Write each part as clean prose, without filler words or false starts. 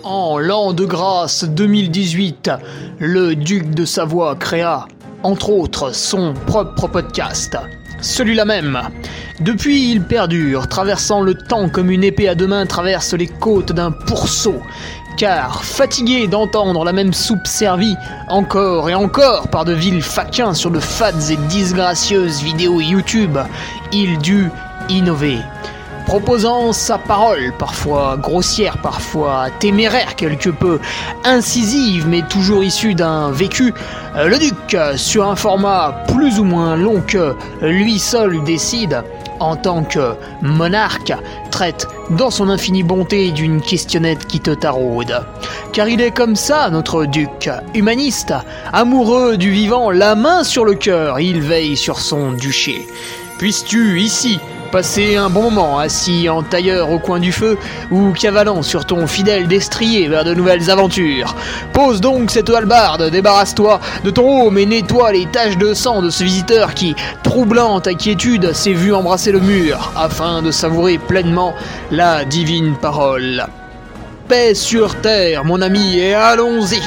En l'an de grâce 2018, le duc de Savoie créa, entre autres, son propre podcast. Celui-là même. Depuis, il perdure, traversant le temps comme une épée à deux mains traverse les côtes d'un pourceau. Car, fatigué d'entendre la même soupe servie, encore et encore par de vils faquins sur de fades et disgracieuses vidéos YouTube, il dut innover. Proposant sa parole, parfois grossière, parfois téméraire quelque peu, incisive mais toujours issue d'un vécu, le duc, sur un format plus ou moins long que lui seul décide, en tant que monarque, traite dans son infinie bonté d'une questionnette qui te taraude. Car il est comme ça, notre duc, humaniste, amoureux du vivant, la main sur le cœur, il veille sur son duché. Puisses-tu, ici, passer un bon moment assis en tailleur au coin du feu ou cavalant sur ton fidèle destrier vers de nouvelles aventures. Pose donc cette hallebarde, débarrasse-toi de ton home et nettoie les taches de sang de ce visiteur qui, troublant ta quiétude, s'est vu embrasser le mur afin de savourer pleinement la divine parole. Paix sur terre, mon ami, et allons-y!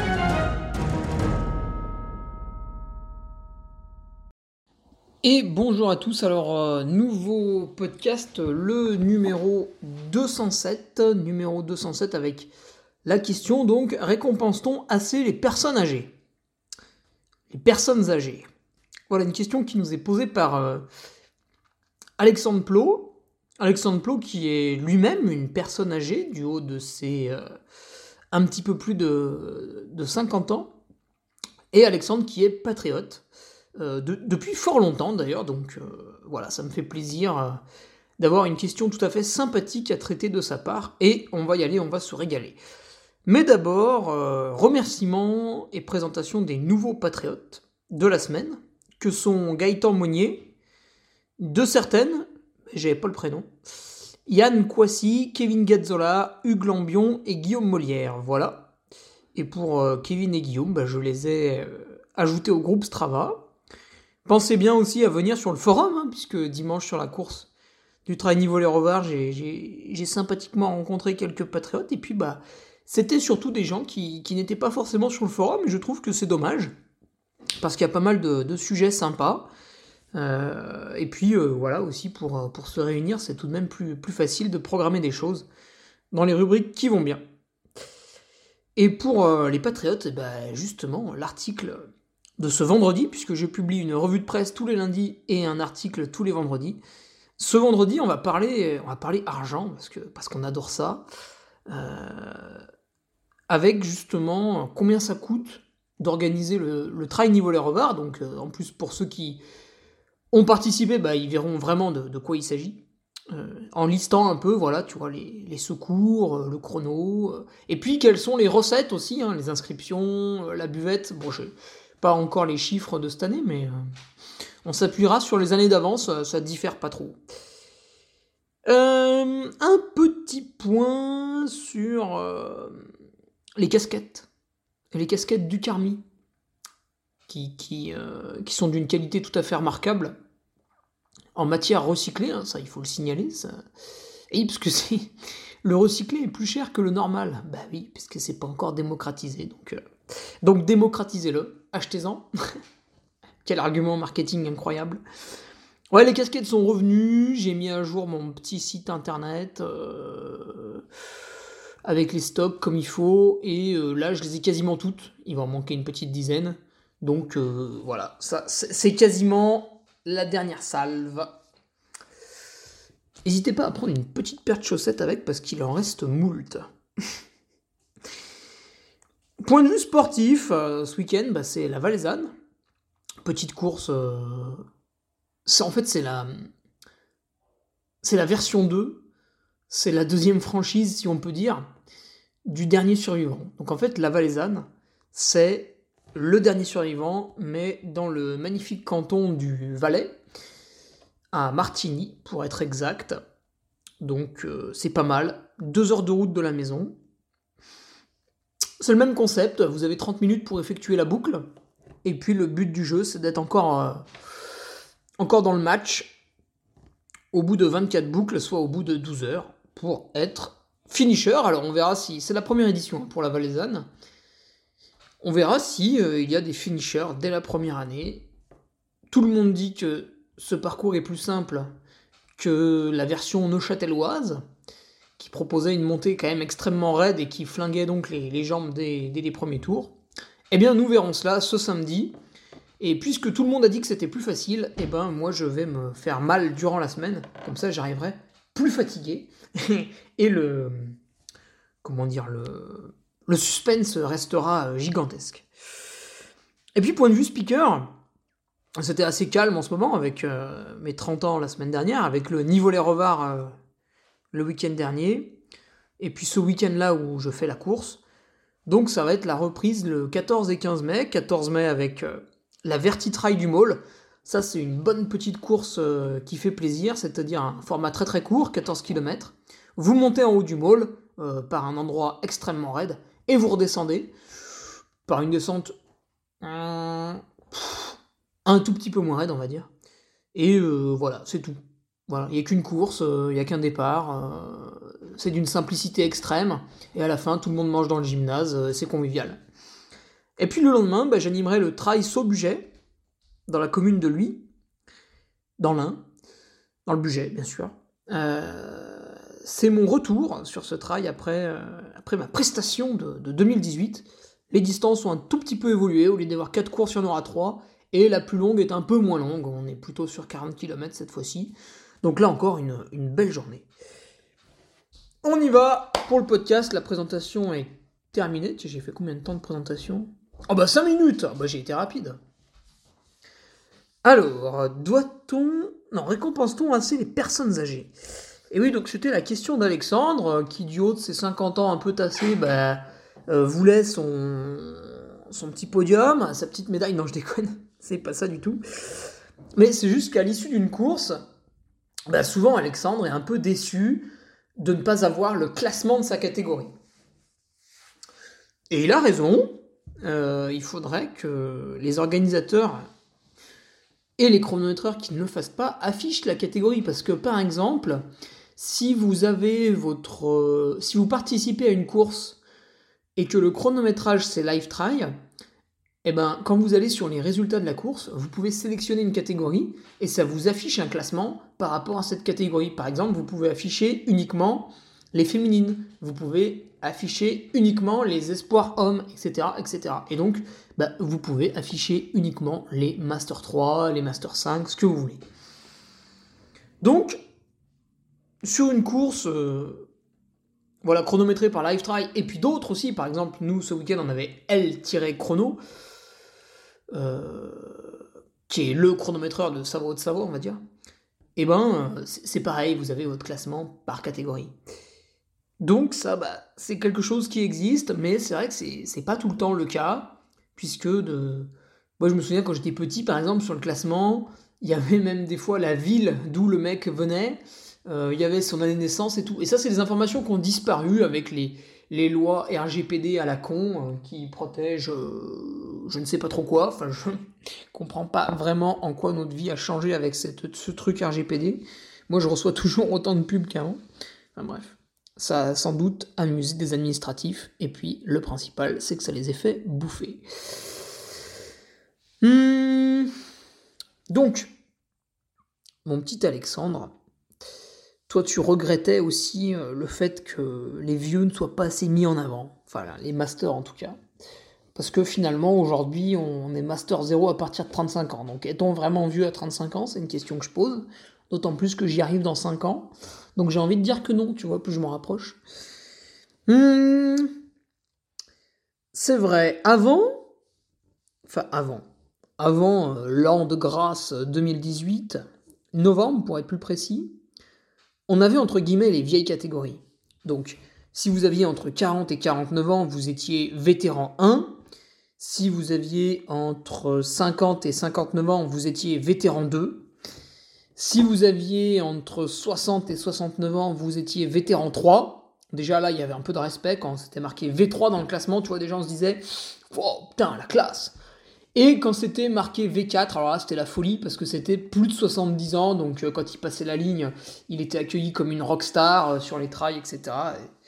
Et bonjour à tous, alors nouveau podcast, le numéro 207 avec la question donc, récompense-t-on assez les personnes âgées? Les personnes âgées. Voilà une question qui nous est posée par Alexandre Plot. Alexandre Plot qui est lui-même une personne âgée du haut de ses un petit peu plus de 50 ans. Et Alexandre qui est patriote. Depuis fort longtemps d'ailleurs, donc voilà, ça me fait plaisir d'avoir une question tout à fait sympathique à traiter de sa part, et on va y aller, on va se régaler. Mais d'abord, remerciements et présentation des nouveaux patriotes de la semaine, que sont Gaëtan Monnier, de certaines, j'avais pas le prénom, Yann Kouassi, Kevin Gazzola, Hugues Lambion et Guillaume Molière, voilà. Et pour Kevin et Guillaume, je les ai ajoutés au groupe Strava. Pensez bien aussi à venir sur le forum, puisque dimanche sur la course du Traigny-Volay-Revard, j'ai sympathiquement rencontré quelques patriotes, et puis c'était surtout des gens qui n'étaient pas forcément sur le forum, et je trouve que c'est dommage, parce qu'il y a pas mal de sujets sympas, et puis voilà, aussi pour se réunir, c'est tout de même plus facile de programmer des choses dans les rubriques qui vont bien. Et pour les patriotes, justement, l'article de ce vendredi, puisque je publie une revue de presse tous les lundis et un article tous les vendredis. Ce vendredi, on va parler argent, parce qu'on adore ça, avec justement combien ça coûte d'organiser le Traigny-Volay-Revard. Donc en plus, pour ceux qui ont participé, ils verront vraiment de quoi il s'agit. En listant un peu, voilà, tu vois, les secours, le chrono, et puis quelles sont les recettes aussi, les inscriptions, la buvette. Bon, pas encore les chiffres de cette année, mais on s'appuiera sur les années d'avance, ça diffère pas trop. Un petit point sur les casquettes. Les casquettes du Carmi, qui sont d'une qualité tout à fait remarquable, en matière recyclée, ça il faut le signaler, ça. Et parce que le recyclé est plus cher que le normal. Oui, puisque c'est pas encore démocratisé, donc démocratisez-le, achetez-en. Quel argument marketing incroyable. Ouais, les casquettes sont revenues, j'ai mis à jour mon petit site internet avec les stocks comme il faut, et là je les ai quasiment toutes, il va en manquer une petite dizaine, donc voilà, ça c'est quasiment la dernière salve. N'hésitez pas à prendre une petite paire de chaussettes avec, parce qu'il en reste moult. Point de vue sportif, ce week-end, c'est la Valaisanne. Petite course. C'est la version 2. C'est la deuxième franchise, si on peut dire, du dernier survivant. Donc en fait, la Valaisanne, c'est le dernier survivant, mais dans le magnifique canton du Valais, à Martigny, pour être exact. Donc c'est pas mal. 2 heures de route de la maison. C'est le même concept, vous avez 30 minutes pour effectuer la boucle, et puis le but du jeu, c'est d'être encore dans le match, au bout de 24 boucles, soit au bout de 12 heures, pour être finisher. Alors on verra si c'est la première édition pour la Valaisanne. On verra si il y a des finishers dès la première année. Tout le monde dit que ce parcours est plus simple que la version neuchâteloise, qui proposait une montée quand même extrêmement raide et qui flinguait donc les jambes dès les premiers tours. Eh bien, nous verrons cela ce samedi. Et puisque tout le monde a dit que c'était plus facile, eh ben moi je vais me faire mal durant la semaine. Comme ça, j'arriverai plus fatigué. Et le suspense restera gigantesque. Et puis, point de vue speaker, c'était assez calme en ce moment avec mes 30 ans la semaine dernière, avec le Nivolet-Revard le week-end dernier, et puis ce week-end-là où je fais la course. Donc ça va être la reprise le 14 et 15 mai. 14 mai avec la Vertitrail du Maule. Ça, c'est une bonne petite course qui fait plaisir, c'est-à-dire un format très très court, 14 km. Vous montez en haut du Maule par un endroit extrêmement raide, et vous redescendez par une descente un tout petit peu moins raide, on va dire. Et voilà, c'est tout. Voilà, il n'y a qu'une course, il n'y a qu'un départ, c'est d'une simplicité extrême, et à la fin, tout le monde mange dans le gymnase, c'est convivial. Et puis le lendemain, j'animerai le trail Saut-Buget, dans la commune de Luy, dans l'Ain, dans le Bugey, bien sûr. C'est mon retour sur ce trail après ma prestation de 2018. Les distances ont un tout petit peu évolué, au lieu d'avoir 4 courses, il y en aura 3, et la plus longue est un peu moins longue, on est plutôt sur 40 km cette fois-ci. Donc là encore, une belle journée. On y va pour le podcast, la présentation est terminée. J'ai fait combien de temps de présentation ? 5 minutes. J'ai été rapide. Alors, récompense-t-on assez les personnes âgées ? Et oui, donc c'était la question d'Alexandre, qui du haut de ses 50 ans un peu tassé, voulait son petit podium, sa petite médaille. Non, je déconne, c'est pas ça du tout. Mais c'est juste qu'à l'issue d'une course, souvent Alexandre est un peu déçu de ne pas avoir le classement de sa catégorie. Et il a raison, il faudrait que les organisateurs et les chronométreurs qui ne le fassent pas affichent la catégorie, parce que par exemple, si vous participez à une course et que le chronométrage c'est live try, quand vous allez sur les résultats de la course, vous pouvez sélectionner une catégorie et ça vous affiche un classement par rapport à cette catégorie. Par exemple, vous pouvez afficher uniquement les féminines, vous pouvez afficher uniquement les espoirs hommes, etc. etc. Et donc, vous pouvez afficher uniquement les Master 3, les Master 5, ce que vous voulez. Donc, sur une course chronométrée par LiveTry, et puis d'autres aussi, par exemple, nous, ce week-end, on avait L-chrono, qui est le chronométreur de Savoie de Savoie, on va dire. C'est pareil, vous avez votre classement par catégorie. Donc ça, c'est quelque chose qui existe, mais c'est vrai que c'est pas tout le temps le cas, puisque moi je me souviens quand j'étais petit, par exemple, sur le classement, il y avait même des fois la ville d'où le mec venait, il y avait son année de naissance et tout. Et ça, c'est des informations qui ont disparu avec les lois RGPD à la con, qui protègent je ne sais pas trop quoi. Enfin, je comprends pas vraiment en quoi notre vie a changé avec ce truc RGPD. Moi, je reçois toujours autant de pubs qu'avant. Enfin bref. Ça a sans doute amusé des administratifs, et puis le principal, c'est que ça les ait fait bouffer. Donc, mon petit Alexandre, toi tu regrettais aussi le fait que les vieux ne soient pas assez mis en avant, enfin les masters en tout cas, parce que finalement aujourd'hui on est master 0 à partir de 35 ans, donc est-on vraiment vieux à 35 ans ? C'est une question que je pose, d'autant plus que j'y arrive dans 5 ans. Donc j'ai envie de dire que non, tu vois, plus je m'en rapproche. C'est vrai, avant l'an de grâce 2018, novembre pour être plus précis, on avait entre guillemets les vieilles catégories. Donc si vous aviez entre 40 et 49 ans, vous étiez vétéran 1. Si vous aviez entre 50 et 59 ans, vous étiez vétéran 2. Si vous aviez entre 60 et 69 ans, vous étiez vétéran 3. Déjà là, il y avait un peu de respect quand c'était marqué V3 dans le classement. Tu vois, des gens se disaient « Oh, putain, la classe !» Et quand c'était marqué V4, alors là, c'était la folie parce que c'était plus de 70 ans. Donc quand il passait la ligne, il était accueilli comme une rockstar sur les trails, etc.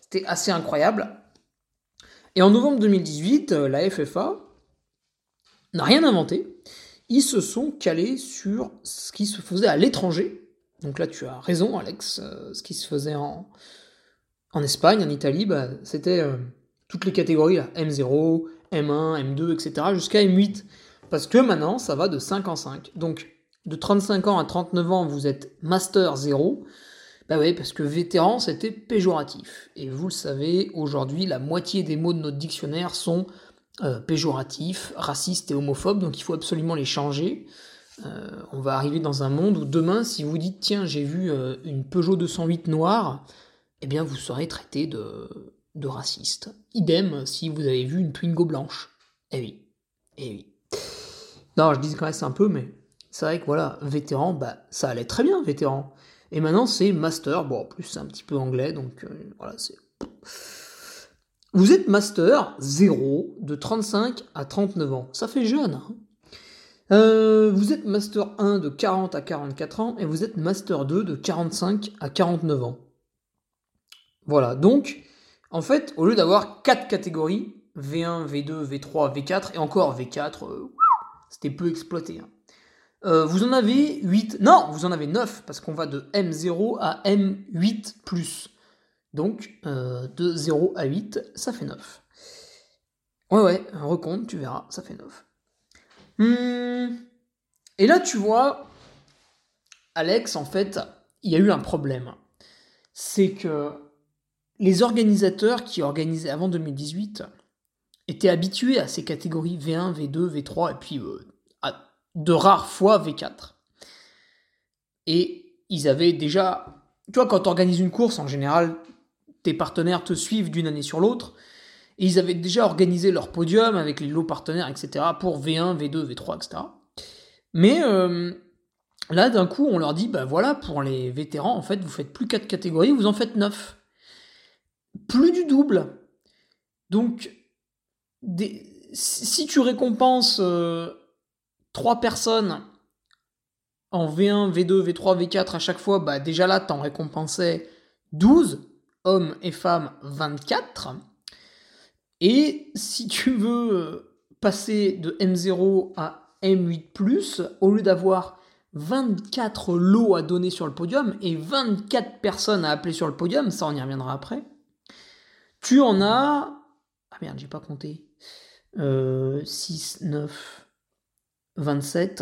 C'était assez incroyable. Et en novembre 2018, la FFA n'a rien inventé. Ils se sont calés sur ce qui se faisait à l'étranger. Donc là, tu as raison, Alex. Ce qui se faisait en Espagne, en Italie, c'était toutes les catégories, là, M0, M1, M2, etc., jusqu'à M8. Parce que maintenant, ça va de 5 en 5. Donc, de 35 ans à 39 ans, vous êtes Master 0. Bah oui, parce que vétéran, c'était péjoratif. Et vous le savez, aujourd'hui, la moitié des mots de notre dictionnaire sont péjoratifs, racistes et homophobes, donc il faut absolument les changer. On va arriver dans un monde où demain, si vous dites, tiens, j'ai vu une Peugeot 208 noire, eh bien, vous serez traité de raciste. Idem si vous avez vu une Twingo blanche. Eh oui, eh oui. Non, je digresse un peu, mais c'est vrai que voilà, vétéran, ça allait très bien, vétéran. Et maintenant, c'est master. Bon, en plus, c'est un petit peu anglais, donc voilà, c'est... Vous êtes master 0 de 35 à 39 ans. Ça fait jeune, hein. Vous êtes master 1 de 40 à 44 ans, et vous êtes master 2 de 45 à 49 ans. Voilà, donc, en fait, au lieu d'avoir 4 catégories, V1, V2, V3, V4, et encore V4, c'était peu exploité, hein. Vous en avez 8, non, vous en avez 9, parce qu'on va de M0 à M8+. Donc, de 0 à 8, ça fait 9. Ouais, un recompte, tu verras, ça fait 9. Et là, tu vois, Alex, en fait, il y a eu un problème. C'est que les organisateurs qui organisaient avant 2018 étaient habitués à ces catégories V1, V2, V3, et puis de rares fois V4. Et ils avaient déjà... Tu vois, quand tu organises une course, en général, tes partenaires te suivent d'une année sur l'autre, et ils avaient déjà organisé leur podium avec les lots partenaires, etc., pour V1, V2, V3, etc. Mais là, d'un coup, on leur dit, voilà, pour les vétérans, en fait, vous faites plus 4 catégories, vous en faites 9. Plus du double. Donc, si tu récompenses 3 personnes en V1, V2, V3, V4 à chaque fois, déjà là, t'en récompensais 12, hommes et femmes 24. Et si tu veux passer de M0 à M8+, au lieu d'avoir 24 lots à donner sur le podium et 24 personnes à appeler sur le podium, ça on y reviendra après, tu en as... Ah merde, j'ai pas compté. 6, 9, 27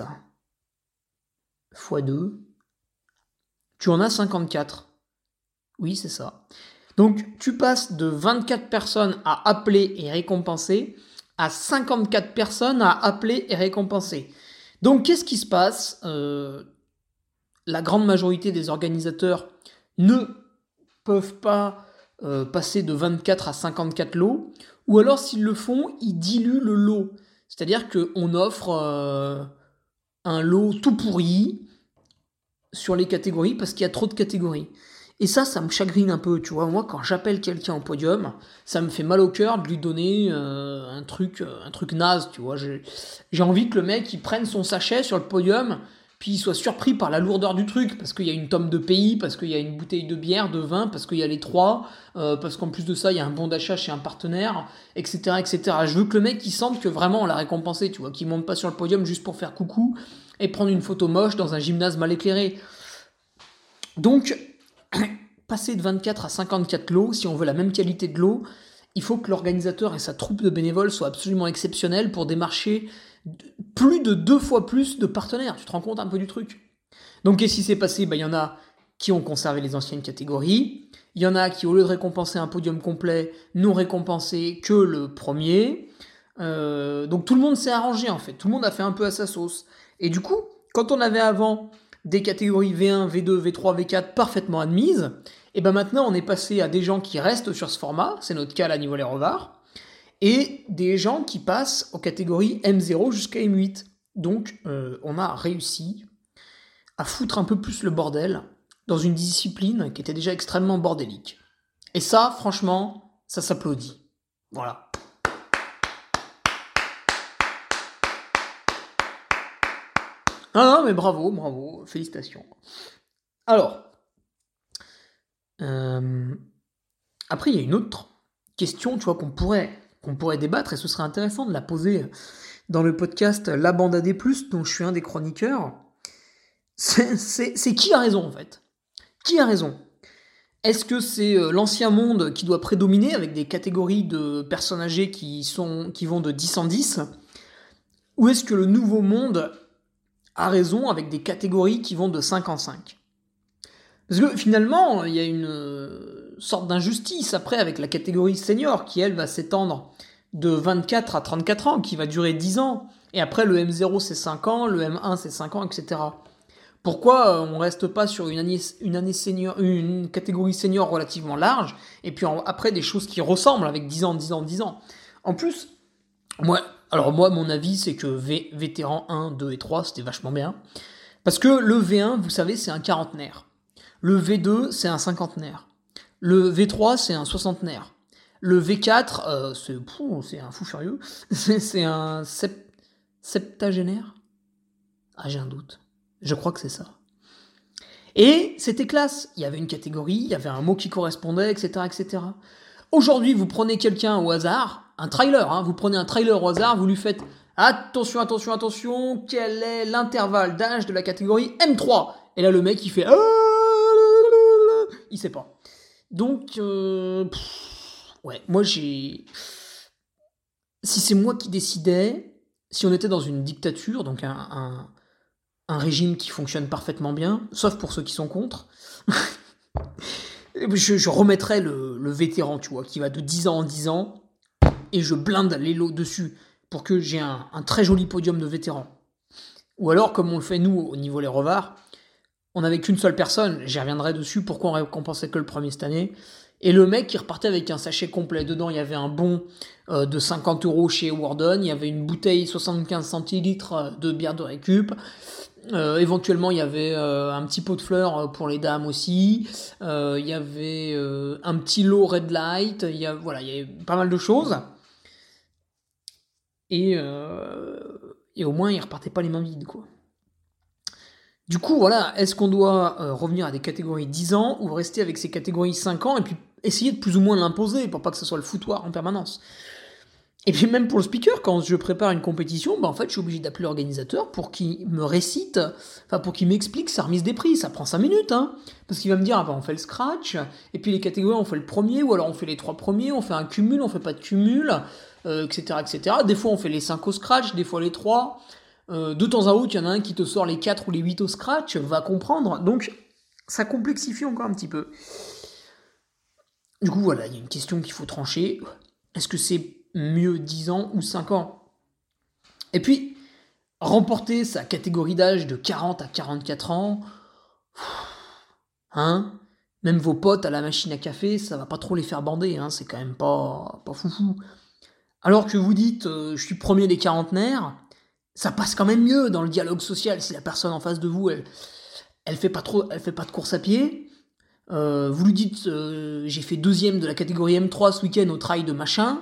x 2. Tu en as 54. Oui, c'est ça. Donc, tu passes de 24 personnes à appeler et récompenser à 54 personnes à appeler et récompenser. Donc, qu'est-ce qui se passe ? La grande majorité des organisateurs ne peuvent pas passer de 24 à 54 lots, ou alors s'ils le font, ils diluent le lot. C'est-à-dire qu'on offre un lot tout pourri sur les catégories parce qu'il y a trop de catégories. Et ça me chagrine un peu, tu vois. Moi, quand j'appelle quelqu'un au podium, ça me fait mal au cœur de lui donner un truc naze, tu vois. J'ai envie que le mec, il prenne son sachet sur le podium, puis il soit surpris par la lourdeur du truc, parce qu'il y a une tome de pays, parce qu'il y a une bouteille de bière, de vin, parce qu'il y a les trois, parce qu'en plus de ça, il y a un bon d'achat chez un partenaire, etc., etc. Je veux que le mec, il sente que vraiment on l'a récompensé, tu vois, qu'il monte pas sur le podium juste pour faire coucou et prendre une photo moche dans un gymnase mal éclairé. Donc, passer de 24 à 54 lots, si on veut la même qualité de lot, il faut que l'organisateur et sa troupe de bénévoles soient absolument exceptionnels pour démarcher plus de 2 fois plus de partenaires. Tu te rends compte un peu du truc ? Donc qu'est-ce qui s'est passé ? Il y en a qui ont conservé les anciennes catégories, il y en a qui, au lieu de récompenser un podium complet, n'ont récompensé que le premier. Donc tout le monde s'est arrangé en fait, tout le monde a fait un peu à sa sauce. Et du coup, quand on avait avant des catégories V1, V2, V3, V4 parfaitement admises, et maintenant on est passé à des gens qui restent sur ce format, c'est notre cas à la Niveau-les-Revards, et des gens qui passent aux catégories M0 jusqu'à M8. Donc on a réussi à foutre un peu plus le bordel dans une discipline qui était déjà extrêmement bordélique. Et ça, franchement, ça s'applaudit. Voilà. Non, mais bravo, félicitations. Alors, Après, il y a une autre question, tu vois, qu'on pourrait débattre, et ce serait intéressant de la poser dans le podcast La Bande AD+, dont je suis un des chroniqueurs. C'est qui a raison, en fait? Qui a raison? Est-ce que c'est l'ancien monde qui doit prédominer avec des catégories de personnes âgées qui vont de 10 en 10? Ou est-ce que le nouveau monde a raison avec des catégories qui vont de 5 en 5? Parce que finalement, il y a une sorte d'injustice après avec la catégorie senior qui, elle, va s'étendre de 24 à 34 ans, qui va durer 10 ans. Et après, le M0, c'est 5 ans, le M1, c'est 5 ans, etc. Pourquoi on reste pas sur une année senior, une catégorie senior relativement large, et puis après des choses qui ressemblent avec 10 ans, 10 ans, 10 ans. En plus, moi, mon avis, c'est que vétéran 1, 2 et 3, c'était vachement bien. Parce que le V1, vous savez, c'est un quarantenaire. Le V2, c'est un cinquantenaire. Le V3, c'est un soixantenaire. Le V4, c'est un fou furieux. C'est un septagénaire. Ah, j'ai un doute. Je crois que c'est ça. Et c'était classe. Il y avait une catégorie, il y avait un mot qui correspondait, etc., etc. Aujourd'hui, vous prenez quelqu'un au hasard, un trailer, hein, vous prenez un trailer au hasard, vous lui faites attention, attention, attention, quel est l'intervalle d'âge de la catégorie M3? Et là, le mec, il fait il sait pas. Donc, ouais, moi si c'est moi qui décidais, si on était dans une dictature, donc un régime qui fonctionne parfaitement bien, sauf pour ceux qui sont contre, je remettrais le vétéran, tu vois, qui va de 10 ans en 10 ans, et je blinde les lots dessus, pour que j'ai un très joli podium de vétérans. Ou alors, comme on le fait nous, au niveau les revards, on n'avait qu'une seule personne, j'y reviendrai dessus, pourquoi on récompensait que le premier cette année, et le mec qui repartait avec un sachet complet. Dedans, il y avait un bon de 50 € chez Warden, il y avait une bouteille 75 centilitres de bière de récup, éventuellement il y avait un petit pot de fleurs pour les dames aussi, il y avait un petit lot Red Light, il y avait pas mal de choses, et au moins il repartait pas les mains vides, quoi. Du coup, voilà, est-ce qu'on doit revenir à des catégories 10 ans ou rester avec ces catégories 5 ans et puis essayer de plus ou moins l'imposer pour pas que ce soit le foutoir en permanence? Et puis même pour le speaker, quand je prépare une compétition, en fait, je suis obligé d'appeler l'organisateur pour qu'il me récite, pour qu'il m'explique sa remise des prix. Ça prend 5 minutes, hein. Parce qu'il va me dire, on fait le scratch, et puis les catégories, on fait le premier, ou alors on fait les 3 premiers, on fait un cumul, on fait pas de cumul, etc., etc. Des fois, on fait les 5 au scratch, des fois les 3. De temps à autre, il y en a un qui te sort les 4 ou les 8 au scratch, va comprendre. Donc, ça complexifie encore un petit peu. Du coup, voilà, il y a une question qu'il faut trancher. Est-ce que c'est mieux 10 ans ou 5 ans? Et puis, remporter sa catégorie d'âge de 40 à 44 ans, hein, même vos potes à la machine à café, ça va pas trop les faire bander, hein, c'est quand même pas foufou. Alors que vous dites, je suis premier des quarantenaires, ça passe quand même mieux dans le dialogue social si la personne en face de vous, elle fait pas de course à pied. Vous lui dites, j'ai fait deuxième de la catégorie M3 ce week-end au trail de machin.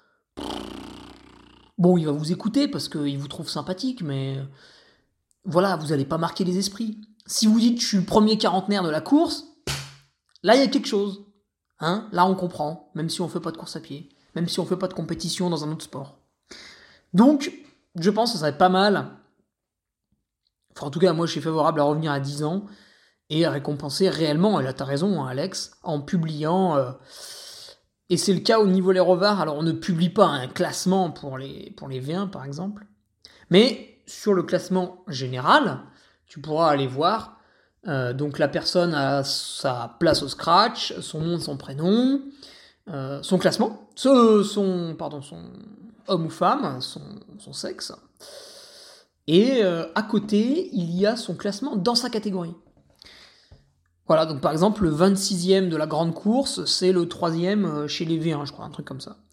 Bon, il va vous écouter parce qu'il vous trouve sympathique, mais voilà, vous allez pas marquer les esprits. Si vous dites, je suis le premier quarantenaire de la course, là, il y a quelque chose. Hein, là, on comprend, même si on fait pas de course à pied, même si on fait pas de compétition dans un autre sport. Donc, je pense que ça serait pas mal. Enfin, en tout cas, moi, je suis favorable à revenir à 10 ans et à récompenser réellement, et là, t'as raison, hein, Alex, en publiant... et c'est le cas au niveau les revards. Alors, on ne publie pas un classement pour les V1, par exemple. Mais sur le classement général, tu pourras aller voir. Donc, la personne a sa place au scratch, son nom, son prénom, son classement, son homme ou femme, son sexe. Et à côté, il y a son classement dans sa catégorie. Voilà, donc par exemple, le 26e de la grande course, c'est le 3e chez les V1, je crois, un truc comme ça.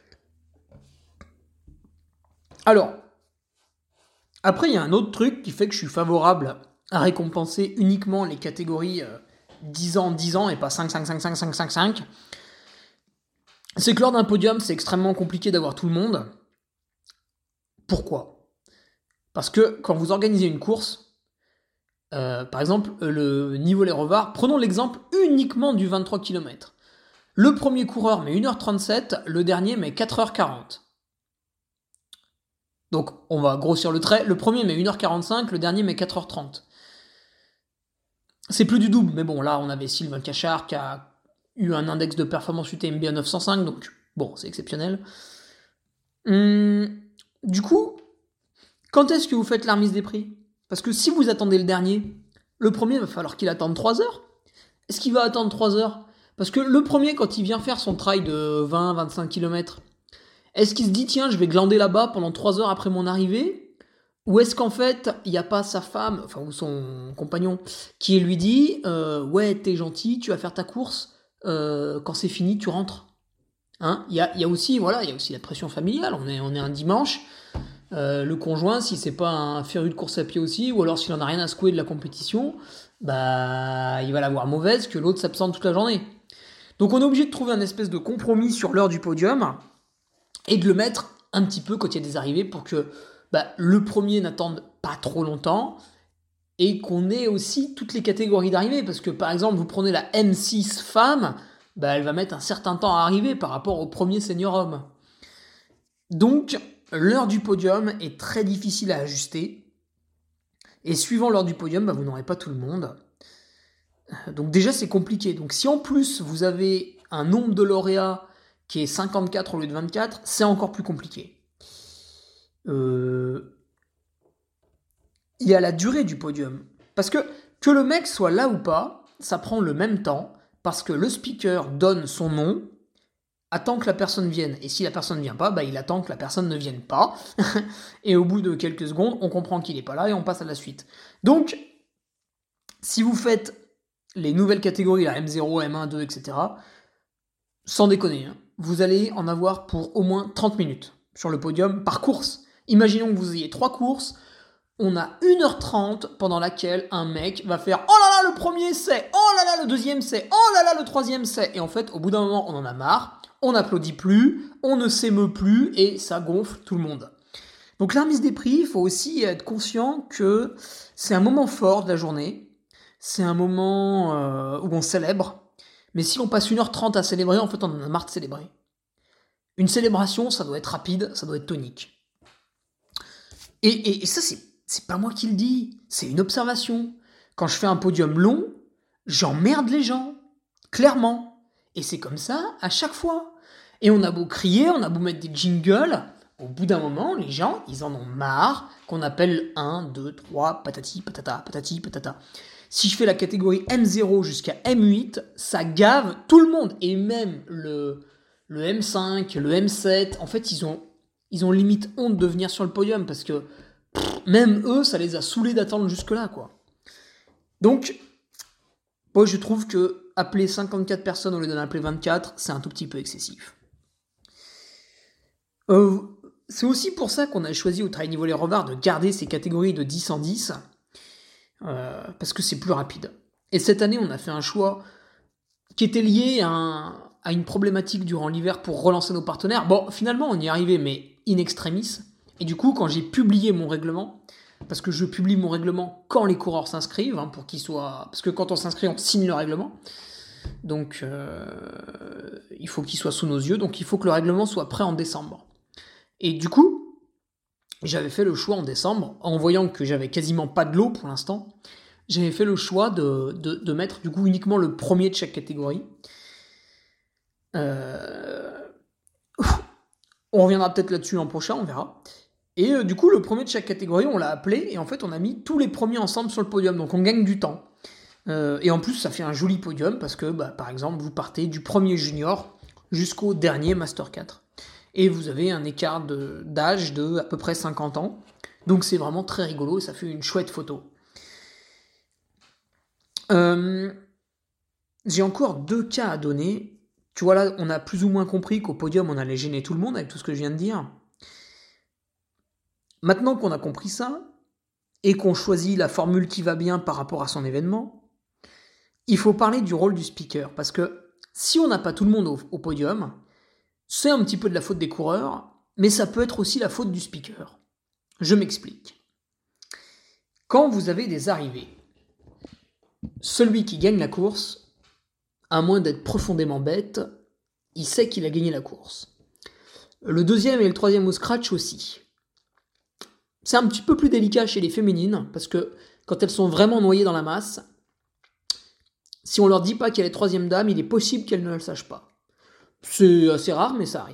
Alors, après, il y a un autre truc qui fait que je suis favorable à récompenser uniquement les catégories 10 ans, 10 ans, et pas 5, 5, 5, 5, 5, 5, 5. C'est que lors d'un podium, c'est extrêmement compliqué d'avoir tout le monde. Pourquoi ? Parce que quand vous organisez une course, par exemple, le niveau les revards, prenons l'exemple uniquement du 23 km. Le premier coureur met 1h37, le dernier met 4h40. Donc, on va grossir le trait. Le premier met 1h45, le dernier met 4h30. C'est plus du double, mais bon, là, on avait Sylvain Cachard qui a eu un index de performance UTMB à 905, donc bon, c'est exceptionnel. Du coup, quand est-ce que vous faites la remise des prix ? Parce que si vous attendez le dernier, le premier, il va falloir qu'il attende 3 heures. Est-ce qu'il va attendre 3 heures ? Parce que le premier, quand il vient faire son trail de 20-25 km, est-ce qu'il se dit, tiens, je vais glander là-bas pendant 3 heures après mon arrivée ? Ou est-ce qu'en fait, il n'y a pas sa femme, enfin, ou son compagnon, qui lui dit, ouais, t'es gentil, tu vas faire ta course, quand c'est fini, tu rentres. Hein ? Il y a aussi la pression familiale, on est un dimanche, le conjoint, si c'est pas un féru de course à pied aussi, ou alors s'il en a rien à secouer de la compétition, bah, il va l'avoir mauvaise que l'autre s'absente toute la journée. Donc on est obligé de trouver un espèce de compromis sur l'heure du podium, et de le mettre un petit peu quand il y a des arrivées pour que le premier n'attende pas trop longtemps et qu'on ait aussi toutes les catégories d'arrivée. Parce que par exemple, vous prenez la M6 femme, elle va mettre un certain temps à arriver par rapport au premier senior homme. Donc, l'heure du podium est très difficile à ajuster. Et suivant l'heure du podium, vous n'aurez pas tout le monde. Donc déjà, c'est compliqué. Donc si en plus, vous avez un nombre de lauréats qui est 54 au lieu de 24, c'est encore plus compliqué. Il y a la durée du podium. Parce que le mec soit là ou pas, ça prend le même temps, parce que le speaker donne son nom, attend que la personne vienne, et si la personne ne vient pas, il attend que la personne ne vienne pas, et au bout de quelques secondes, on comprend qu'il n'est pas là, et on passe à la suite. Donc, si vous faites les nouvelles catégories, la M0, M1, 2, etc., sans déconner, vous allez en avoir pour au moins 30 minutes sur le podium par course. Imaginons que vous ayez 3 courses, on a 1h30 pendant laquelle un mec va faire « Oh là là, le premier c'est ! Oh là là, le deuxième c'est ! Oh là là, le troisième c'est !» Et en fait, au bout d'un moment, on en a marre, on n'applaudit plus, on ne s'émeut plus, et ça gonfle tout le monde. Donc la remise des prix, il faut aussi être conscient que c'est un moment fort de la journée, c'est un moment où on célèbre, mais si on passe 1h30 à célébrer, en fait, on en a marre de célébrer. Une célébration, ça doit être rapide, ça doit être tonique. Et ça, c'est pas moi qui le dis, c'est une observation. Quand je fais un podium long, j'emmerde les gens, clairement. Et c'est comme ça à chaque fois. Et on a beau crier, on a beau mettre des jingles, au bout d'un moment, les gens, ils en ont marre qu'on appelle 1, 2, 3, patati, patata, patati, patata. Si je fais la catégorie M0 jusqu'à M8, ça gave tout le monde. Et même le M5, le M7, en fait, ils ont limite honte de venir sur le podium parce que même eux, ça les a saoulés d'attendre jusque-là, quoi. Donc, moi, je trouve que appeler 54 personnes au lieu d'en appeler 24, c'est un tout petit peu excessif. C'est aussi pour ça qu'on a choisi au Trail Niveau Les Revards de garder ces catégories de 10 en 10, parce que c'est plus rapide. Et cette année, on a fait un choix qui était lié à une problématique durant l'hiver pour relancer nos partenaires. Bon, finalement, on y est arrivé, mais in extremis. Et du coup, quand j'ai publié mon règlement, parce que je publie mon règlement quand les coureurs s'inscrivent, pour qu'il soit... Parce que quand on s'inscrit, on signe le règlement. Donc, il faut qu'il soit sous nos yeux. Donc, il faut que le règlement soit prêt en décembre. Et du coup, j'avais fait le choix en décembre, en voyant que j'avais quasiment pas de lot pour l'instant, j'avais fait le choix de mettre du coup uniquement le premier de chaque catégorie. On reviendra peut-être là-dessus l'an prochain, on verra. Et du coup, le premier de chaque catégorie, on l'a appelé, et en fait, on a mis tous les premiers ensemble sur le podium, donc on gagne du temps. Et en plus, ça fait un joli podium, parce que, par exemple, vous partez du premier junior jusqu'au dernier Master 4. Et vous avez un écart d'âge de à peu près 50 ans. Donc c'est vraiment très rigolo et ça fait une chouette photo. J'ai encore 2 cas à donner. Tu vois là, on a plus ou moins compris qu'au podium, on allait gêner tout le monde avec tout ce que je viens de dire. Maintenant qu'on a compris ça, et qu'on choisit la formule qui va bien par rapport à son événement, il faut parler du rôle du speaker. Parce que si on n'a pas tout le monde au podium, c'est un petit peu de la faute des coureurs, mais ça peut être aussi la faute du speaker. Je m'explique. Quand vous avez des arrivées, celui qui gagne la course, à moins d'être profondément bête, il sait qu'il a gagné la course. Le deuxième et le troisième au scratch aussi. C'est un petit peu plus délicat chez les féminines, parce que quand elles sont vraiment noyées dans la masse, si on leur dit pas qu'elle est troisième dame, il est possible qu'elles ne le sachent pas. C'est assez rare, mais ça arrive.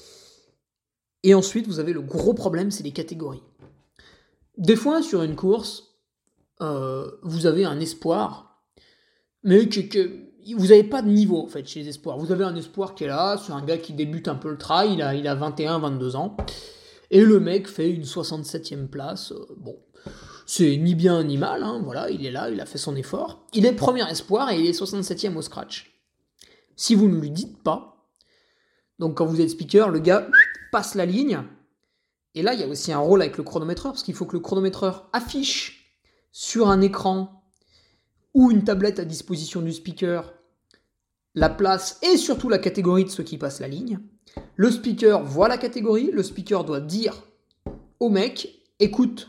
Et ensuite, vous avez le gros problème, c'est les catégories. Des fois, sur une course, vous avez un espoir, mais vous n'avez pas de niveau, en fait, chez les espoirs. Vous avez un espoir qui est là, c'est un gars qui débute un peu le trail, il a 21, 22 ans, et le mec fait une 67e place, bon, c'est ni bien ni mal, hein, voilà, il est là, il a fait son effort. Il est premier espoir et il est 67e au scratch. Si vous ne lui dites pas, donc quand vous êtes speaker, le gars passe la ligne, et là il y a aussi un rôle avec le chronométreur, parce qu'il faut que le chronométreur affiche sur un écran ou une tablette à disposition du speaker la place et surtout la catégorie de ceux qui passent la ligne. Le speaker voit la catégorie, le speaker doit dire au mec, écoute,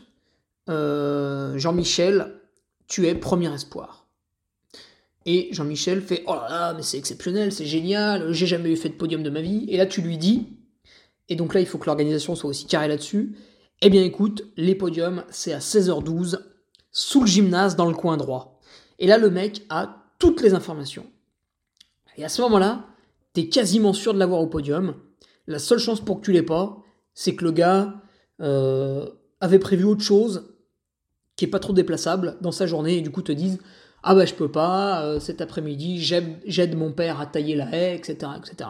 Jean-Michel, tu es premier espoir. Et Jean-Michel fait, oh là là, mais c'est exceptionnel, c'est génial, j'ai jamais eu fait de podium de ma vie. Et là tu lui dis, et donc là il faut que l'organisation soit aussi carrée là-dessus, eh bien écoute, les podiums c'est à 16h12, sous le gymnase dans le coin droit. Et là le mec a toutes les informations. Et à ce moment-là, t'es quasiment sûr de l'avoir au podium. La seule chance pour que tu l'aies pas, c'est que le gars avait prévu autre chose qui est pas trop déplaçable dans sa journée et du coup te disent ah bah je peux pas, cet après-midi j'aide mon père à tailler la haie, etc., etc.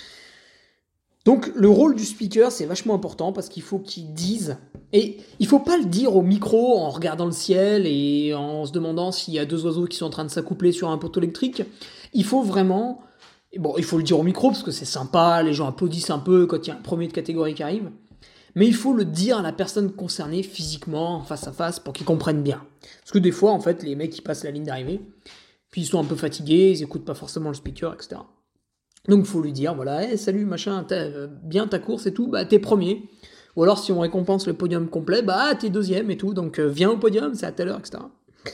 Donc le rôle du speaker c'est vachement important parce qu'il faut qu'il dise, et il faut pas le dire au micro en regardant le ciel et en se demandant s'il y a deux oiseaux qui sont en train de s'accoupler sur un poteau électrique. Il faut vraiment, bon il faut le dire au micro parce que c'est sympa, les gens applaudissent un peu quand il y a un premier de catégorie qui arrive, mais il faut le dire à la personne concernée physiquement, face à face, pour qu'ils comprennent bien. Parce que des fois, en fait, les mecs, ils passent la ligne d'arrivée, puis ils sont un peu fatigués, ils écoutent pas forcément le speaker, etc. Donc il faut lui dire, voilà, hey, salut, machin, bien ta course et tout, bah t'es premier. Ou alors si on récompense le podium complet, bah t'es deuxième et tout, donc viens au podium, c'est à telle heure, etc.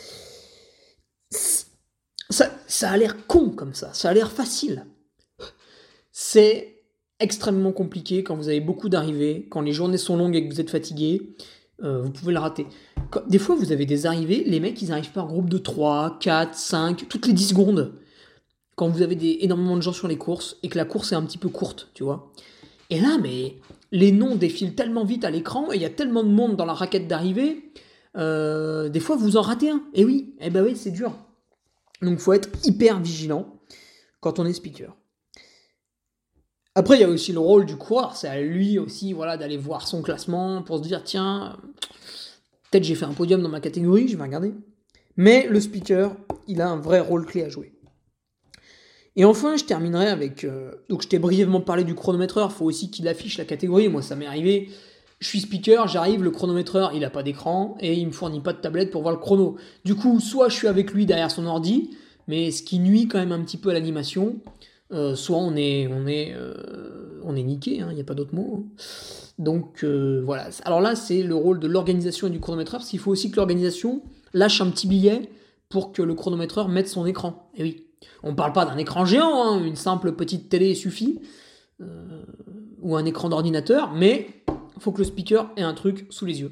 Ça a l'air con comme ça a l'air facile. C'est extrêmement compliqué quand vous avez beaucoup d'arrivées, quand les journées sont longues et que vous êtes fatigué, vous pouvez le rater. Des fois, vous avez des arrivées, les mecs, ils arrivent par groupe de 3, 4, 5, toutes les 10 secondes. Quand vous avez énormément de gens sur les courses et que la course est un petit peu courte, tu vois. Et là, mais les noms défilent tellement vite à l'écran et il y a tellement de monde dans la raquette d'arrivée, des fois, vous en ratez un. Et oui, c'est dur. Donc, il faut être hyper vigilant quand on est speaker. Après, il y a aussi le rôle du coureur, c'est à lui aussi d'aller voir son classement pour se dire, tiens, peut-être j'ai fait un podium dans ma catégorie, je vais regarder. Mais le speaker, il a un vrai rôle clé à jouer. Et enfin, je terminerai avec, donc je t'ai brièvement parlé du chronométreur, il faut aussi qu'il affiche la catégorie, moi ça m'est arrivé, je suis speaker, j'arrive, le chronométreur, il n'a pas d'écran, et il me fournit pas de tablette pour voir le chrono. Du coup, soit je suis avec lui derrière son ordi, mais ce qui nuit quand même un petit peu à l'animation, soit on est niqué, il n'y a pas d'autre mot. Donc voilà. Alors là, c'est le rôle de l'organisation et du chronométreur, parce qu'il faut aussi que l'organisation lâche un petit billet pour que le chronométreur mette son écran. Et oui, on ne parle pas d'un écran géant, une simple petite télé suffit, ou un écran d'ordinateur, mais il faut que le speaker ait un truc sous les yeux.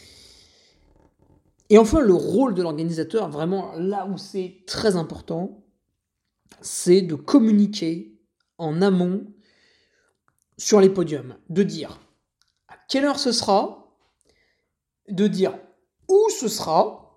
Et enfin, le rôle de l'organisateur, vraiment là où c'est très important, c'est de communiquer en amont sur les podiums, de dire à quelle heure ce sera, de dire où ce sera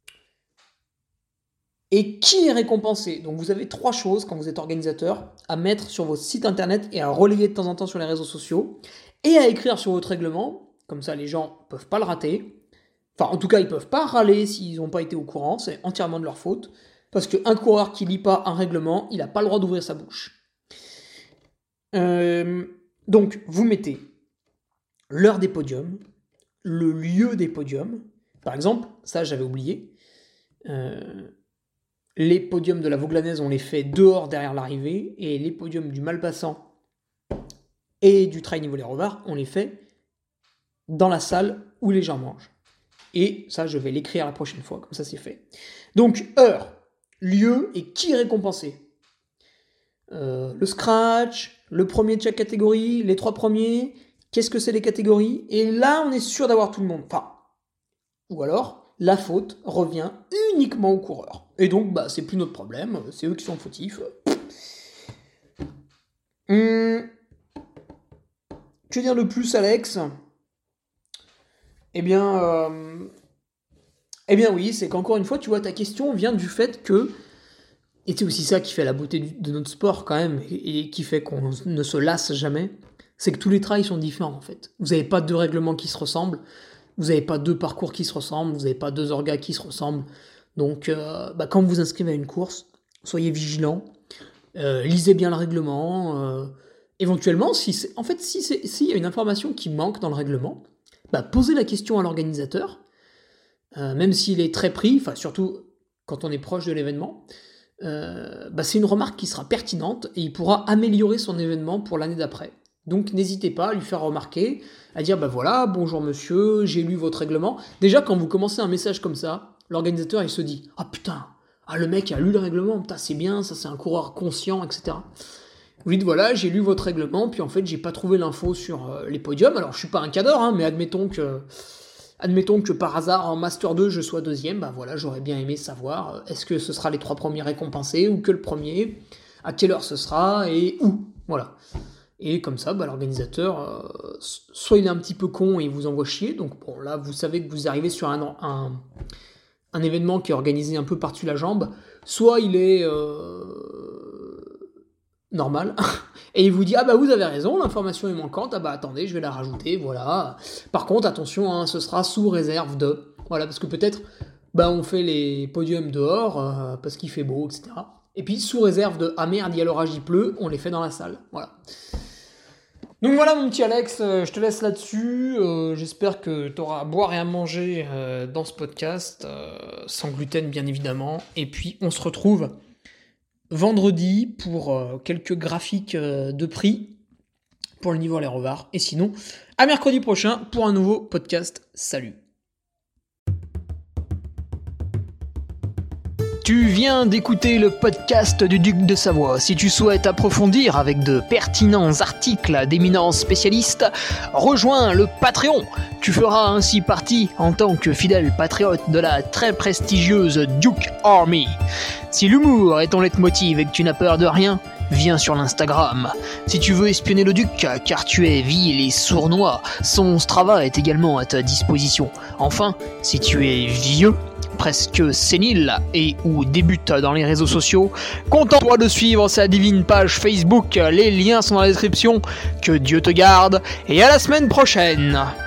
et qui est récompensé. Donc vous avez 3 choses quand vous êtes organisateur à mettre sur votre site internet et à relayer de temps en temps sur les réseaux sociaux et à écrire sur votre règlement, comme ça les gens ne peuvent pas le rater. Enfin en tout cas ils ne peuvent pas râler s'ils n'ont pas été au courant, c'est entièrement de leur faute. Parce qu'un coureur qui ne lit pas un règlement, il n'a pas le droit d'ouvrir sa bouche. Donc, vous mettez l'heure des podiums, le lieu des podiums. Par exemple, ça j'avais oublié, les podiums de la Vauglanaise, on les fait dehors derrière l'arrivée, et les podiums du Malpassant et du Trail Niveau-les-Revards, on les fait dans la salle où les gens mangent. Et ça, je vais l'écrire la prochaine fois, comme ça c'est fait. Donc, heure, lieu et qui est récompensé. le scratch, le premier de chaque catégorie, les 3 premiers, qu'est-ce que c'est les catégories, et là on est sûr d'avoir tout le monde. Enfin, ou alors, la faute revient uniquement au coureur. Et donc, c'est plus notre problème, c'est eux qui sont fautifs. Que dire de plus, Alex ? Eh bien oui, c'est qu'encore une fois, tu vois, ta question vient du fait que, et c'est aussi ça qui fait la beauté de notre sport quand même, et qui fait qu'on ne se lasse jamais, c'est que tous les trails sont différents en fait. Vous n'avez pas 2 règlements qui se ressemblent, vous n'avez pas 2 parcours qui se ressemblent, vous n'avez pas 2 orgas qui se ressemblent. Donc quand vous inscrivez à une course, soyez vigilants, lisez bien le règlement, éventuellement, s'il y a une information qui manque dans le règlement, posez la question à l'organisateur, même s'il est très pris, surtout quand on est proche de l'événement, c'est une remarque qui sera pertinente et il pourra améliorer son événement pour l'année d'après. Donc n'hésitez pas à lui faire remarquer, à dire voilà, bonjour monsieur, j'ai lu votre règlement. Déjà quand vous commencez un message comme ça, l'organisateur il se dit putain, le mec a lu le règlement, putain c'est bien, ça c'est un coureur conscient, etc. Vous dites voilà, j'ai lu votre règlement, puis en fait j'ai pas trouvé l'info sur les podiums, alors je suis pas un cadre, mais admettons que par hasard en Master 2 je sois 2e, j'aurais bien aimé savoir, est-ce que ce sera les 3 premiers récompensés ou que le premier, à quelle heure ce sera et où, voilà. Et comme ça, l'organisateur, soit il est un petit peu con et il vous envoie chier, donc là vous savez que vous arrivez sur un événement qui est organisé un peu par-dessus la jambe, soit il est normal, et il vous dit vous avez raison, l'information est manquante, attendez, je vais la rajouter, voilà. Par contre, attention, ce sera sous réserve de... Voilà, parce que peut-être, on fait les podiums dehors, parce qu'il fait beau, etc. Et puis, sous réserve de « Ah merde, il y a l'orage, il pleut », on les fait dans la salle, voilà. Donc voilà mon petit Alex, je te laisse là-dessus, j'espère que tu auras à boire et à manger dans ce podcast, sans gluten bien évidemment, et puis on se retrouve vendredi pour quelques graphiques de prix pour le niveau Les Revards, et sinon à mercredi prochain pour un nouveau podcast, salut. Tu viens d'écouter le podcast du Duc de Savoie. Si tu souhaites approfondir avec de pertinents articles d'éminents spécialistes, rejoins le Patreon. Tu feras ainsi partie, en tant que fidèle patriote, de la très prestigieuse Duke Army. Si l'humour est ton leitmotiv et que tu n'as peur de rien, viens sur l'Instagram. Si tu veux espionner le Duc, car tu es vil et sournois, son Strava est également à ta disposition. Enfin, si tu es vieux, presque sénile et ou débute dans les réseaux sociaux, contente-toi de suivre sa divine page Facebook, les liens sont dans la description, que Dieu te garde, et à la semaine prochaine.